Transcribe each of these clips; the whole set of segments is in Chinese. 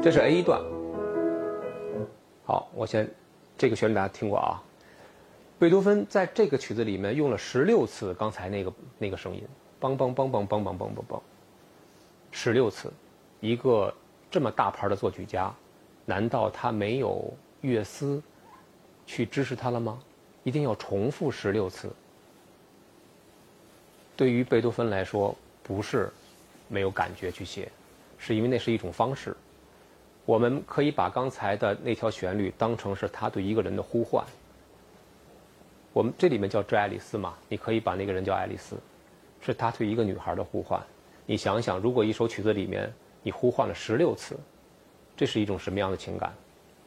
这是 A 段。好，我先这个旋律大家听过啊。贝多芬在这个曲子里面用了16次刚才那个声音，梆梆梆梆梆梆梆梆梆，16次。一个这么大牌的作曲家，难道他没有乐思去支持他了吗？一定要重复16次。对于贝多芬来说，不是没有感觉去写，是因为那是一种方式。我们可以把刚才的那条旋律当成是他对一个人的呼唤。我们这里面叫致爱丽丝嘛，你可以把那个人叫爱丽丝，是他对一个女孩的呼唤。你想想，如果一首曲子里面你呼唤了16次，这是一种什么样的情感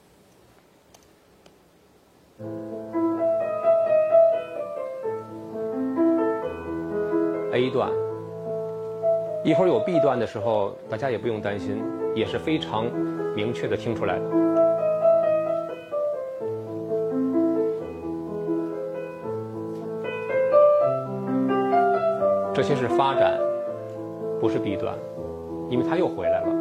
？A 段，一会儿有 B 段的时候，大家也不用担心，也是非常明确的听出来的。这些是发展，不是 B 段，因为它又回来了。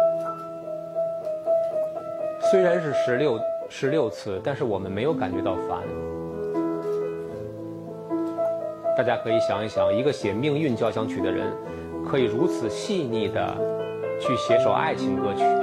虽然是16次，但是我们没有感觉到烦。大家可以想一想，一个写命运交响曲的人，可以如此细腻的去写首爱情歌曲。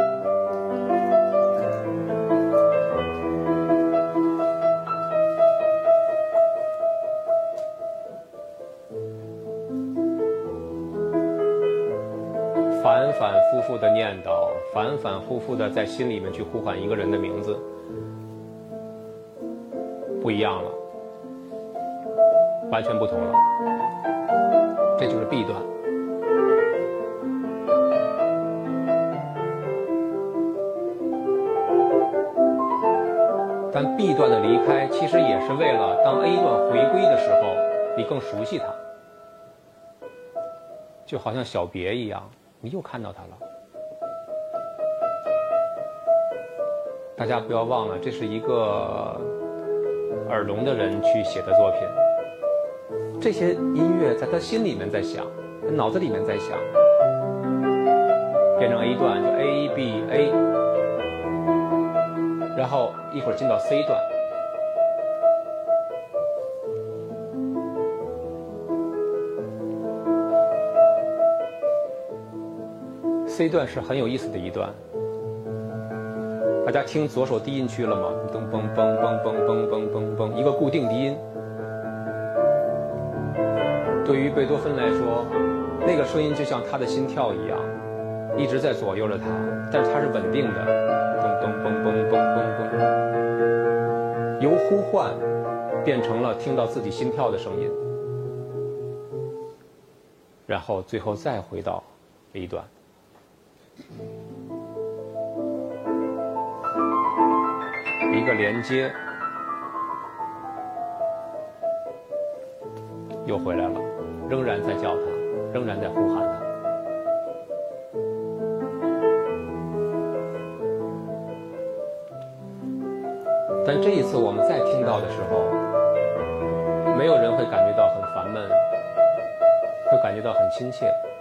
反反复复的念叨，反反复复的在心里面去呼唤一个人的名字，不一样了，完全不同了。这就是 B 段。但 B 段的离开，其实也是为了当 A 段回归的时候，你更熟悉它，就好像小别一样。你又看到它了。大家不要忘了，这是一个耳聋的人去写的作品。这些音乐在他心里面在想，脑子里面在想，变成 A 段就 A B A， 然后一会儿进到 C 段。C 段是很有意思的一段，大家听左手低音区了吗？噔嘣嘣嘣嘣嘣嘣嘣嘣，一个固定低音。对于贝多芬来说，那个声音就像他的心跳一样，一直在左右着他，但是它是稳定的，嘣嘣嘣嘣嘣嘣嘣，由呼唤变成了听到自己心跳的声音，然后最后再回到 A 段。一个连接，又回来了，仍然在叫他，仍然在呼喊他。但这一次我们再听到的时候，没有人会感觉到很烦闷，会感觉到很亲切。